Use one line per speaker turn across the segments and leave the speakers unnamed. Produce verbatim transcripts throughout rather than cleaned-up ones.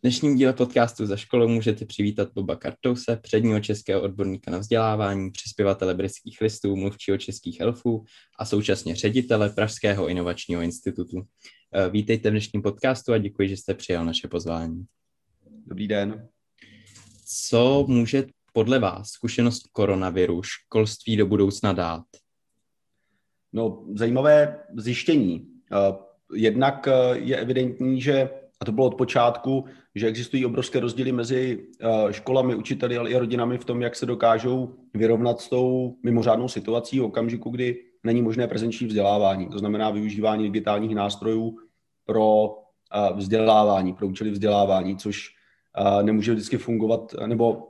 dnešním díle podcastu Za školou můžete přivítat Boba Kartouse, předního českého odborníka na vzdělávání, přispěvatele Britských listů, mluvčího Českých elfů a současně ředitele Pražského inovačního institutu. Vítejte v dnešním podcastu a děkuji, že jste přijal naše pozvání.
Dobrý den.
Co může podle vás zkušenost koronaviru školství do budoucna dát?
No, zajímavé zjištění. Jednak je evidentní, že, a to bylo od počátku, že existují obrovské rozdíly mezi školami, učiteli, ale i rodinami v tom, jak se dokážou vyrovnat s tou mimořádnou situací v okamžiku, kdy není možné prezenční vzdělávání. To znamená využívání digitálních nástrojů pro vzdělávání, pro účely vzdělávání, což nemůže vždycky fungovat, nebo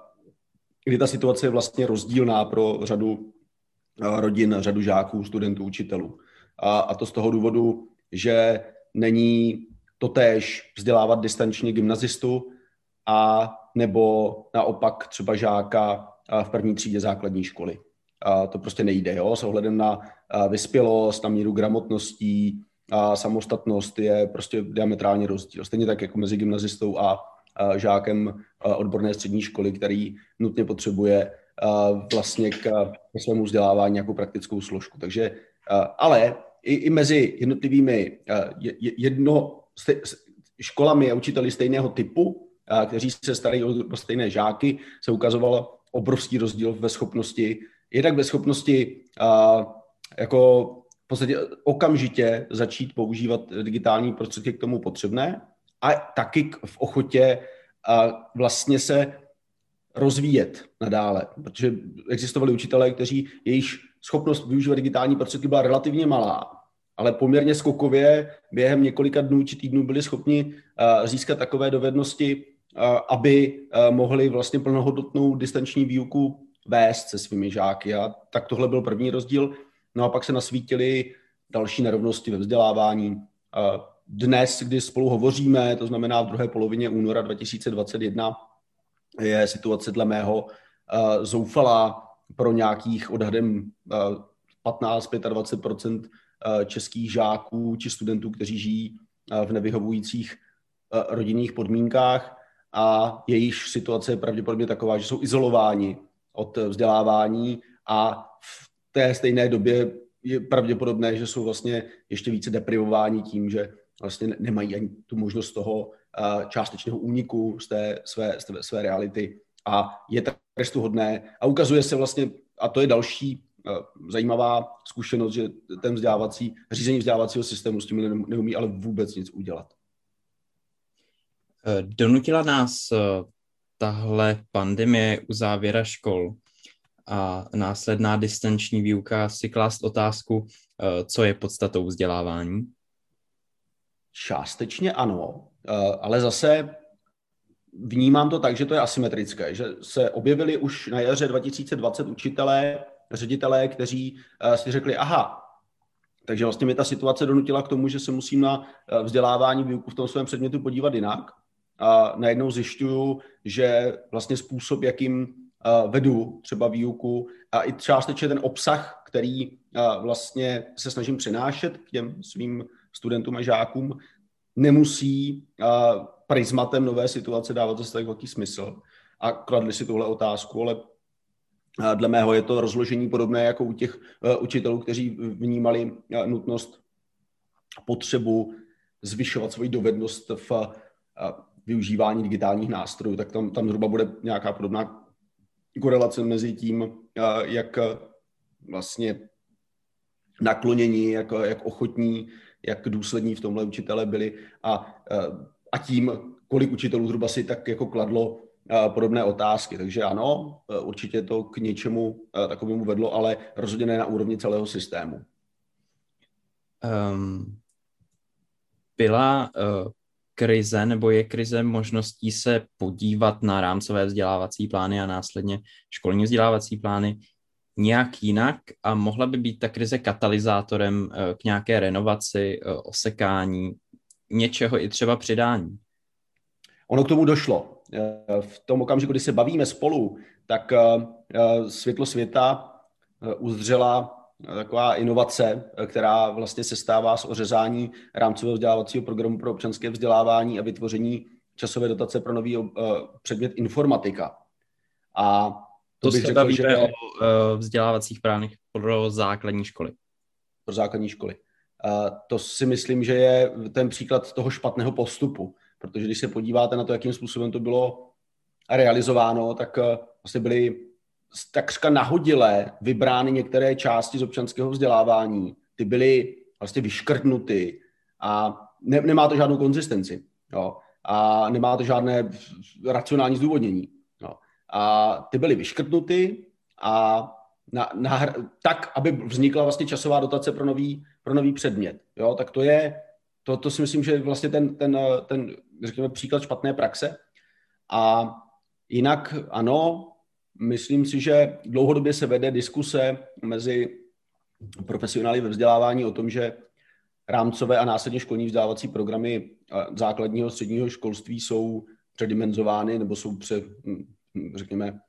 kdy ta situace je vlastně rozdílná pro řadu rodin, řadu žáků, studentů, učitelů. A, a to z toho důvodu, že není totéž vzdělávat distančně gymnazistu a nebo naopak třeba žáka v první třídě základní školy. A to prostě nejde, jo? S ohledem na vyspělost, na míru gramotností a samostatnost je prostě diametrálně rozdíl. Stejně tak jako mezi gymnazistou a žákem odborné střední školy, který nutně potřebuje vlastně k svému vzdělávání nějakou praktickou složku. Takže, ale i, i mezi jednotlivými jedno, školami a učiteli stejného typu, kteří se starají o stejné žáky, se ukazoval obrovský rozdíl ve schopnosti, jednak ve schopnosti jako v podstatě okamžitě začít používat digitální prostředky k tomu potřebné a taky v ochotě vlastně se rozvíjet nadále, protože existovali učitelé, kteří jejichž schopnost využívat digitální prostředky byla relativně malá, ale poměrně skokově během několika dnů či týdnů byli schopni získat takové dovednosti, aby mohli vlastně plnohodnotnou distanční výuku vést se svými žáky. A tak tohle byl první rozdíl. No a pak se nasvítily další nerovnosti ve vzdělávání. Dnes, kdy spolu hovoříme, to znamená v druhé polovině února dva tisíce dvacet jedna, je situace dle mého uh, zoufalá pro nějakých odhadem uh, patnáct až dvacet pět procent uh, českých žáků či studentů, kteří žijí uh, v nevyhovujících uh, rodinných podmínkách a jejich situace je pravděpodobně taková, že jsou izolováni od vzdělávání a v té stejné době je pravděpodobné, že jsou vlastně ještě více deprivováni tím, že vlastně nemají ani tu možnost toho částečného úniku z té své, z té své reality a je trestuhodné a ukazuje se vlastně, a to je další zajímavá zkušenost, že ten vzdělávací, řízení vzdělávacího systému s tím neumí ale vůbec nic udělat.
Donutila nás tahle pandemie u závěra škol a následná distanční výuka si klást otázku, co je podstatou vzdělávání?
Částečně ano, ale zase vnímám to tak, že to je asymetrické, že se objevili už na jaře dva tisíce dvacet učitelé, ředitelé, kteří si řekli, aha, takže vlastně mě ta situace donutila k tomu, že se musím na vzdělávání výuku v tom svém předmětu podívat jinak. A najednou zjišťuju, že vlastně způsob, jakým vedu třeba výuku a i částečně ten obsah, který vlastně se snažím přinášet k těm svým studentům a žákům, nemusí uh, prismatem nové situace dávat zase tak velký smysl. A kladli si tuhle otázku, ale uh, dle mého je to rozložení podobné jako u těch uh, učitelů, kteří vnímali uh, nutnost, potřebu zvyšovat svoji dovednost v uh, využívání digitálních nástrojů. Tak tam, tam zhruba bude nějaká podobná korelace mezi tím, uh, jak uh, vlastně naklonění, jak, jak ochotní, jak důslední v tomhle učitelé byli a, a tím, kolik učitelů zhruba si tak jako kladlo podobné otázky. Takže ano, určitě to k něčemu takovému vedlo, ale rozhodně ne na úrovni celého systému.
Um, byla uh, krize nebo je krize možností se podívat na rámcové vzdělávací plány a následně školní vzdělávací plány nějak jinak a mohla by být ta krize katalyzátorem k nějaké renovaci, osekání, něčeho i třeba přidání?
Ono k tomu došlo. V tom okamžiku, kdy se bavíme spolu, tak světlo světa uzřela taková inovace, která vlastně sestává z ořezání rámcového vzdělávacího programu pro občanské vzdělávání a vytvoření časové dotace pro nový uh, předmět informatika. A to,
to
bych
se
řekl,
bavíme
že
o uh, vzdělávacích plánech pro základní školy.
Pro základní školy. Uh, to si myslím, že je ten příklad toho špatného postupu, protože když se podíváte na to, jakým způsobem to bylo realizováno, tak uh, vlastně byly takřka nahodilé vybrány některé části z občanského vzdělávání. Ty byly vlastně vyškrtnuty a ne, nemá to žádnou konzistenci. Jo. A nemá to žádné racionální zdůvodnění. Jo. A ty byly vyškrtnuty a na, na, tak, aby vznikla vlastně časová dotace pro nový, pro nový předmět. Jo. Tak to je, to, to si myslím, že je vlastně ten, ten, ten, řekněme, příklad špatné praxe. A jinak ano, myslím si, že dlouhodobě se vede diskuse mezi profesionály ve vzdělávání o tom, že rámcové a následně školní vzdělávací programy základního středního školství jsou předimenzovány nebo jsou, pře, řekněme,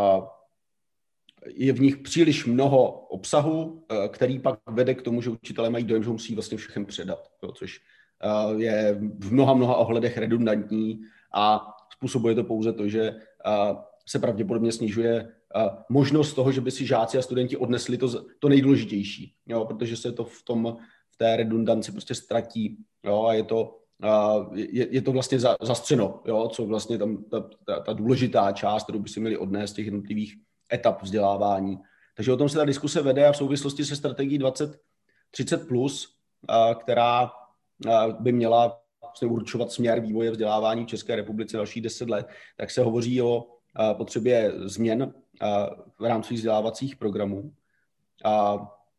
je v nich příliš mnoho obsahu, který pak vede k tomu, že učitelé mají dojem, že musí vlastně všechno předat, což je v mnoha, mnoha ohledech redundantní a způsobuje to pouze to, že se pravděpodobně snižuje možnost toho, že by si žáci a studenti odnesli to, to nejdůležitější, jo, protože se to v tom v té redundanci prostě ztratí, jo, a je to, je, je to vlastně za, zastřeno, jo, co vlastně tam ta, ta, ta důležitá část, kterou by si měli odnést z těch jednotlivých etap vzdělávání. Takže o tom se ta diskuse vede a v souvislosti se strategií dvacet třicet plus, která by měla vlastně určovat směr vývoje vzdělávání v České republice dalších deset let, tak se hovoří o potřebě změn v rámci vzdělávacích programů. A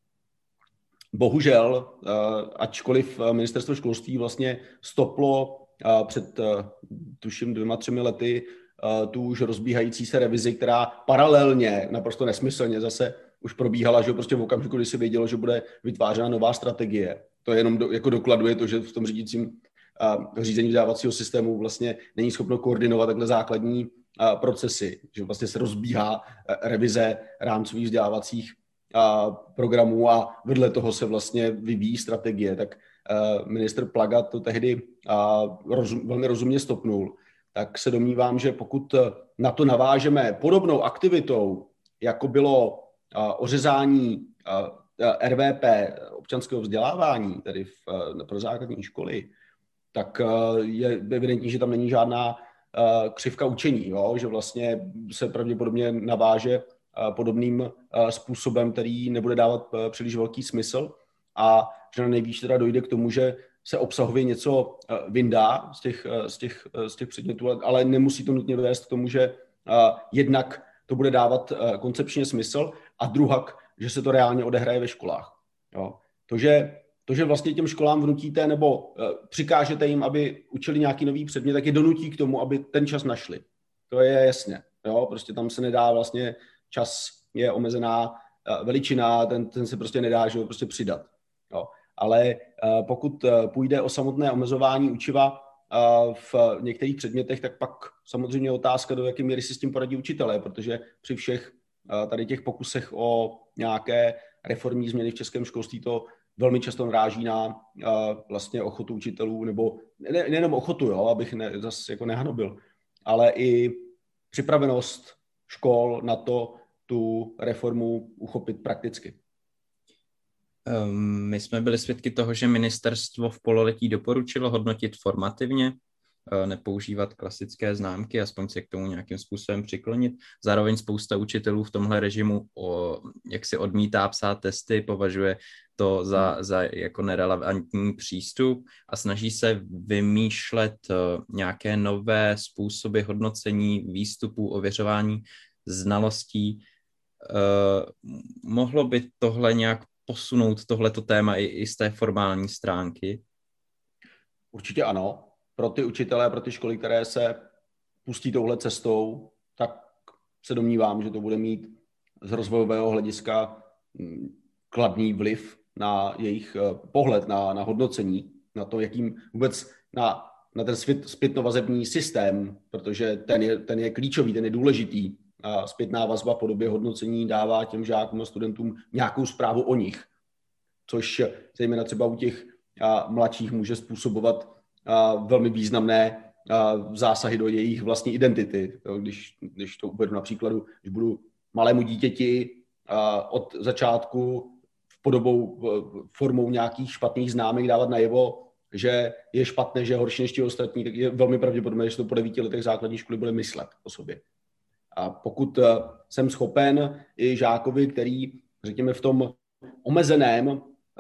bohužel, ačkoliv ministerstvo školství vlastně stoplo před, tuším, dvěma, třemi lety tu už rozbíhající se revizi, která paralelně, naprosto nesmyslně zase už probíhala, že prostě v okamžiku, kdy se vědělo, že bude vytvářena nová strategie. To jenom do, jako dokladuje to, že v tom řídícím řízení vzdělávacího systému vlastně není schopno koordinovat takhle základní procesy, že vlastně se rozbíhá revize rámcových vzdělávacích programů a vedle toho se vlastně vyvíjí strategie, tak ministr Plaga to tehdy rozum, velmi rozumně stopnul. Tak se domnívám, že pokud na to navážeme podobnou aktivitou, jako bylo ořezání R V P občanského vzdělávání, tedy v, pro základní školy, tak je evidentní, že tam není žádná křivka učení, jo? Že vlastně se pravděpodobně naváže podobným způsobem, který nebude dávat příliš velký smysl a že na nejvíc teda dojde k tomu, že se obsahově něco vyndá z těch, z těch, z těch předmětů, ale nemusí to nutně vést k tomu, že jednak to bude dávat koncepčně smysl a druhak, že se to reálně odehraje ve školách. Jo? To, že, to, že vlastně těm školám vnutíte nebo přikážete jim, aby učili nějaký nový předmět, tak je donutí k tomu, aby ten čas našli. To je jasně. Jo? Prostě tam se nedá vlastně, čas je omezená veličina, ten, ten se prostě nedá, že ho prostě přidat. Jo? Ale pokud půjde o samotné omezování učiva v některých předmětech, tak pak samozřejmě otázka, do jaké míry si s tím poradí učitelé, protože při všech tady těch pokusech o nějaké reformní změny v českém školství to velmi často naráží na vlastně ochotu učitelů, nebo ne, nejenom ochotu, jo, abych ne, zase jako nehanobil, ale i připravenost škol na to tu reformu uchopit prakticky.
My jsme byli svědky toho, že ministerstvo v pololetí doporučilo hodnotit formativně, nepoužívat klasické známky, aspoň se k tomu nějakým způsobem přiklonit. Zároveň spousta učitelů v tomhle režimu o, jak si odmítá psát testy, považuje to za, za jako nerelevantní přístup a snaží se vymýšlet nějaké nové způsoby hodnocení výstupů, ověřování znalostí. Mohlo by tohle nějak posunout tohleto téma i, i z té formální stránky?
Určitě ano. Pro ty učitelé, pro ty školy, které se pustí touhle cestou, tak se domnívám, že to bude mít z rozvojového hlediska kladný vliv na jejich pohled, na, na hodnocení, na to, jakým vůbec na, na ten zpětnovazební systém, protože ten je, ten je klíčový, ten je důležitý. A zpětná vazba v podobě hodnocení dává těm žákům a studentům nějakou zprávu o nich, což zejména třeba u těch a, mladších může způsobovat a, velmi významné zásahy do jejich vlastní identity. Když, když to uvedu na příkladu, když budu malému dítěti od začátku v podobou, formou nějakých špatných známek dávat najevo, že je špatné, že je horší než ti ostatní, tak je velmi pravděpodobné, že to po devíti letech základní školy bude myslet o sobě. A pokud jsem schopen i žákovi, který, řekněme, v tom omezeném,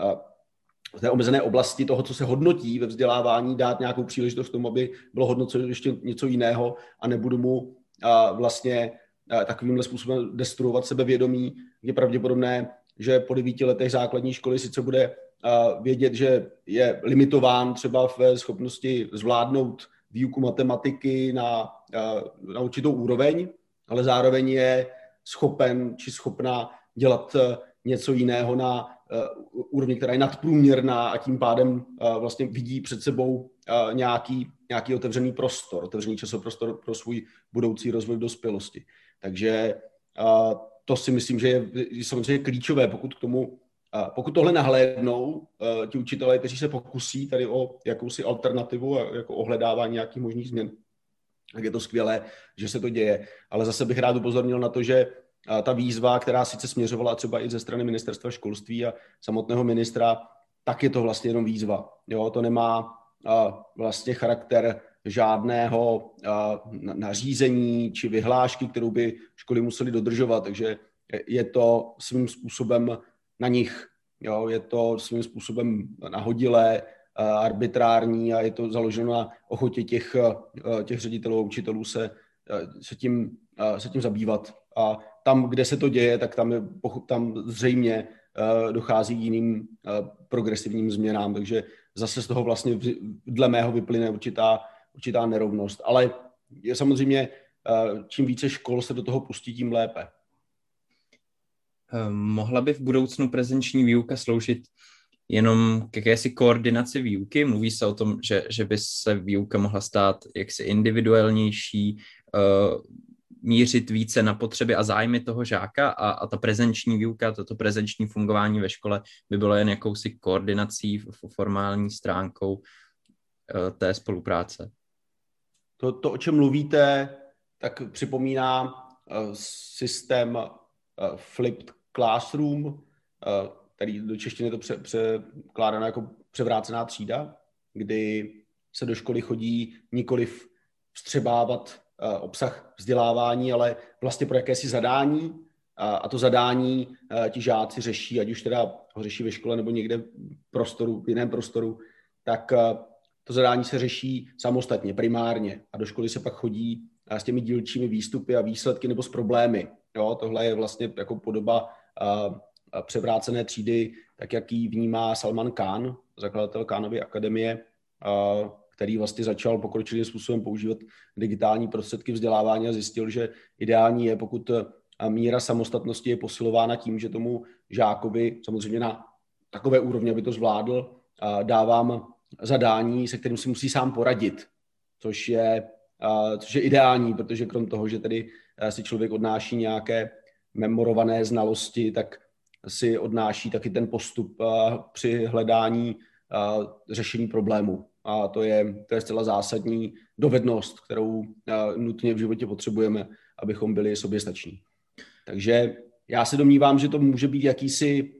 v té omezené oblasti toho, co se hodnotí ve vzdělávání, dát nějakou příležitost k tomu, aby bylo hodnoceno ještě něco jiného a nebudu mu vlastně takovýmhle způsobem destruovat sebevědomí, je pravděpodobné, že po devíti letech základní školy sice bude vědět, že je limitován třeba ve schopnosti zvládnout výuku matematiky na, na určitou úroveň, ale zároveň je schopen či schopná dělat něco jiného na úrovni, která je nadprůměrná a tím pádem vlastně vidí před sebou nějaký, nějaký otevřený prostor, otevřený časoprostor pro svůj budoucí rozvoj v dospělosti. Takže to si myslím, že je samozřejmě klíčové, pokud k tomu, pokud tohle nahlédnou ti učitelé, kteří se pokusí tady o jakousi alternativu a jako ohledávání nějakých možných změn, tak je to skvělé, že se to děje. Ale zase bych rád upozornil na to, že ta výzva, která sice směřovala třeba i ze strany ministerstva školství a samotného ministra, tak je to vlastně jenom výzva. Jo, to nemá vlastně charakter žádného nařízení či vyhlášky, kterou by školy musely dodržovat, takže je to svým způsobem na nich. Jo, je to svým způsobem nahodilé, arbitrární a je to založeno na ochotě těch, těch ředitelů a učitelů se, se, tím, se tím zabývat. A tam, kde se to děje, tak tam, je, tam zřejmě dochází k jiným progresivním změnám. Takže zase z toho vlastně dle mého vyplyne určitá, určitá nerovnost. Ale je samozřejmě, čím více škol se do toho pustí, tím lépe.
Mohla by v budoucnu prezenční výuka sloužit jenom k jakési koordinaci výuky? Mluví se o tom, že, že by se výuka mohla stát jaksi individuálnější, uh, mířit více na potřeby a zájmy toho žáka a, a ta prezenční výuka, toto prezenční fungování ve škole by bylo jen jakousi koordinací, formální stránkou uh, té spolupráce.
To, to, o čem mluvíte, tak připomíná uh, systém uh, flipped classroom, uh, který do češtiny to pře, překládáno jako převrácená třída, kdy se do školy chodí nikoliv vstřebávat uh, obsah vzdělávání, ale vlastně pro jakési zadání uh, a to zadání uh, ti žáci řeší, ať už teda ho řeší ve škole nebo někde v prostoru, v jiném prostoru, tak uh, to zadání se řeší samostatně, primárně a do školy se pak chodí uh, s těmi dílčími výstupy a výsledky nebo s problémy. Jo, tohle je vlastně jako podoba uh, převrácené třídy, tak jak ji vnímá Salman Khan, zakladatel Khanovy akademie, který vlastně začal pokročilým způsobem používat digitální prostředky vzdělávání a zjistil, že ideální je, pokud míra samostatnosti je posilována tím, že tomu žákovi, samozřejmě na takové úrovni, aby to zvládl, dávám zadání, se kterým si musí sám poradit, což je, což je ideální, protože krom toho, že tedy si člověk odnáší nějaké memorované znalosti, tak si odnáší taky ten postup při hledání řešení problému. A to je, to je zcela zásadní dovednost, kterou nutně v životě potřebujeme, abychom byli soběstační. Takže já se domnívám, že to může být jakýsi,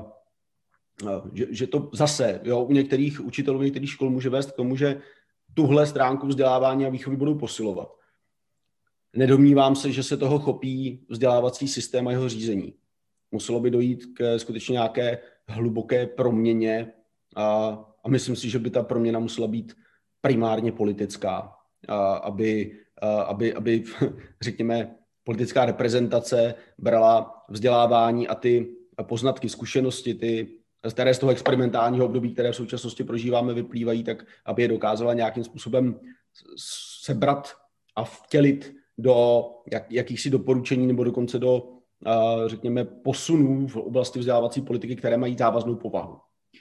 že, že to zase jo, u některých učitelů, u některých škol může vést k tomu, že tuhle stránku vzdělávání a výchovy budou posilovat. Nedomnívám se, že se toho chopí vzdělávací systém a jeho řízení. Muselo by dojít k skutečně nějaké hluboké proměně a, a myslím si, že by ta proměna musela být primárně politická, a, aby, a, aby, aby, řekněme, politická reprezentace brala vzdělávání a ty poznatky, zkušenosti, ty, které z toho experimentálního období, které v současnosti prožíváme, vyplývají, tak aby je dokázala nějakým způsobem sebrat a vtělit do jak, jakýchsi doporučení nebo dokonce do řekněme, posunů v oblasti vzdělávací politiky, které mají závaznou povahu.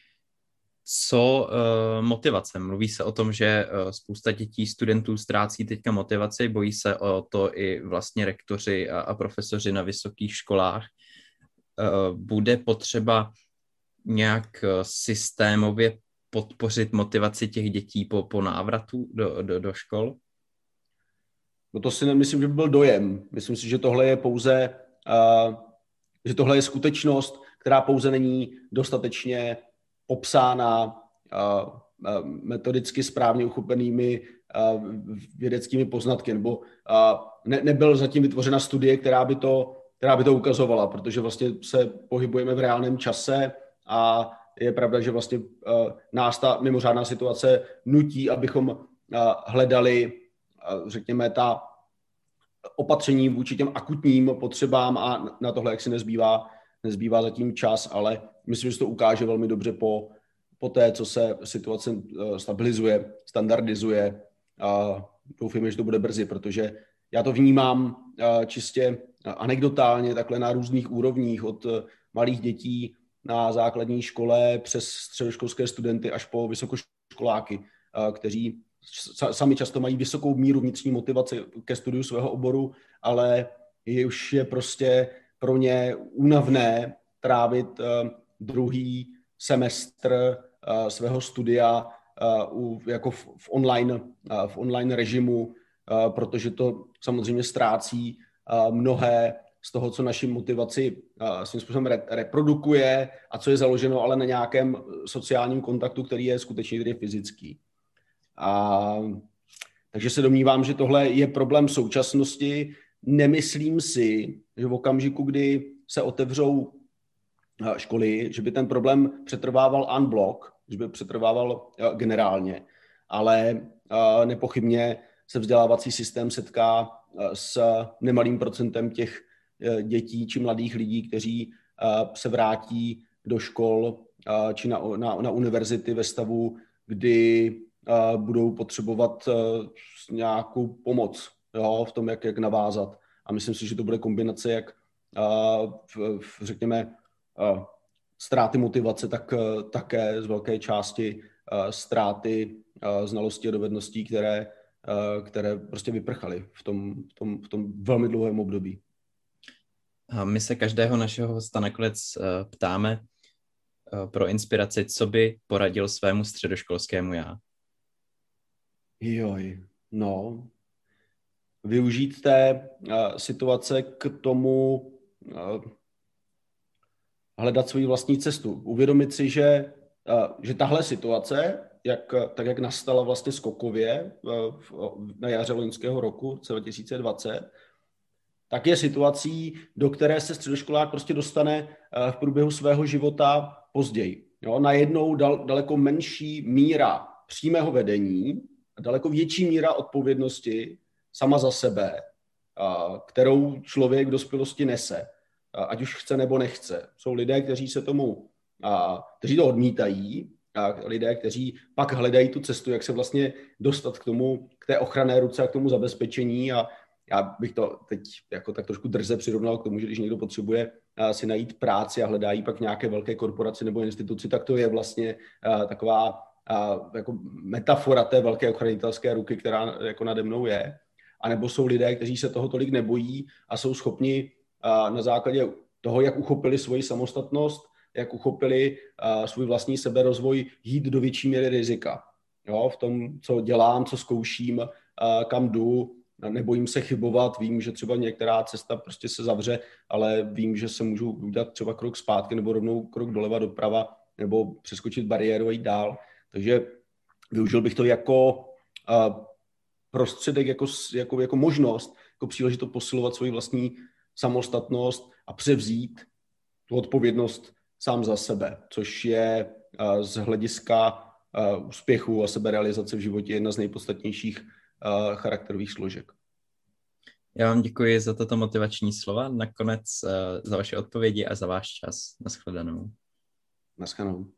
Co uh, motivace? Mluví se o tom, že uh, spousta dětí, studentů ztrácí teďka motivaci, bojí se o to i vlastně rektoři a, a profesoři na vysokých školách. Uh, bude potřeba nějak uh, systémově podpořit motivaci těch dětí po, po návratu do, do, do škol?
No to si nemyslím, že by byl dojem. Myslím si, že tohle je pouze, uh, že tohle je skutečnost, která pouze není dostatečně popsána uh, uh, metodicky správně uchopenými uh, vědeckými poznatky, nebo uh, ne, nebyl zatím vytvořena studie, která by to, která by to ukazovala, protože vlastně se pohybujeme v reálném čase a je pravda, že vlastně uh, nás ta mimořádná situace nutí, abychom uh, hledali, uh, řekněme, ta opatření vůči těm akutním potřebám a na tohle, jak si nezbývá, nezbývá zatím čas, ale myslím, že se to ukáže velmi dobře po, po té, co se situace uh, stabilizuje, standardizuje a doufujeme, že to bude brzy, protože já to vnímám uh, čistě anekdotálně, takhle na různých úrovních, od uh, malých dětí na základní škole přes středoškolské studenty až po vysokoškoláky, kteří sami často mají vysokou míru vnitřní motivace ke studiu svého oboru, ale je už je prostě pro ně únavné trávit druhý semestr svého studia jako v online, v online režimu, protože to samozřejmě ztrácí mnohé z toho, co naši motivaci uh, svým způsobem re- reprodukuje a co je založeno ale na nějakém sociálním kontaktu, který je skutečně tedy fyzický. A, takže se domnívám, že tohle je problém současnosti. Nemyslím si, že v okamžiku, kdy se otevřou uh, školy, že by ten problém přetrvával en bloc, že by přetrvával uh, generálně, ale uh, nepochybně se vzdělávací systém setká uh, s nemalým procentem těch dětí či mladých lidí, kteří se vrátí do škol či na, na, na univerzity ve stavu, kdy budou potřebovat nějakou pomoc, jo, v tom, jak, jak navázat. A myslím si, že to bude kombinace jak v, v, řekněme ztráty motivace, tak také z velké části ztráty znalostí a dovedností, které, které prostě vyprchaly v tom, v tom, v tom velmi dlouhém období.
My se každého našeho hosta nakonec ptáme pro inspiraci, co by poradil svému středoškolskému já.
Joj, no. Využít té situace k tomu hledat svou vlastní cestu. Uvědomit si, že, že tahle situace, jak, tak jak nastala vlastně skokově na jaře loňského roku dva tisíce dvacet, tak je situací, do které se středoškolák prostě dostane v průběhu svého života později. Jo, najednou dal, daleko menší míra přímého vedení, daleko větší míra odpovědnosti sama za sebe, kterou člověk v dospělosti nese, ať už chce nebo nechce. Jsou lidé, kteří se tomu, kteří to odmítají, a lidé, kteří pak hledají tu cestu, jak se vlastně dostat k tomu, k té ochranné ruce a k tomu zabezpečení. A já bych to teď jako tak trošku drze přirovnal k tomu, že když někdo potřebuje si najít práci a hledá ji pak v nějaké velké korporaci nebo instituci, tak to je vlastně taková jako metafora té velké ochranitelské ruky, která jako nade mnou je. A nebo jsou lidé, kteří se toho tolik nebojí a jsou schopni na základě toho, jak uchopili svoji samostatnost, jak uchopili svůj vlastní seberozvoj, jít do větší míry rizika. Jo, v tom, co dělám, co zkouším, kam jdu, nebojím se chybovat, vím, že třeba některá cesta prostě se zavře, ale vím, že se můžu udělat třeba krok zpátky nebo rovnou krok doleva, doprava, nebo přeskočit bariéru a jít dál. Takže využil bych to jako prostředek, jako, jako, jako možnost, jako příležitost posilovat svoji vlastní samostatnost a převzít tu odpovědnost sám za sebe, což je z hlediska úspěchu a seberealizace v životě jedna z nejpodstatnějších charakterových složek.
Já vám děkuji za tato motivační slova, nakonec za vaše odpovědi a za váš čas. Naschledanou.
Naschledanou.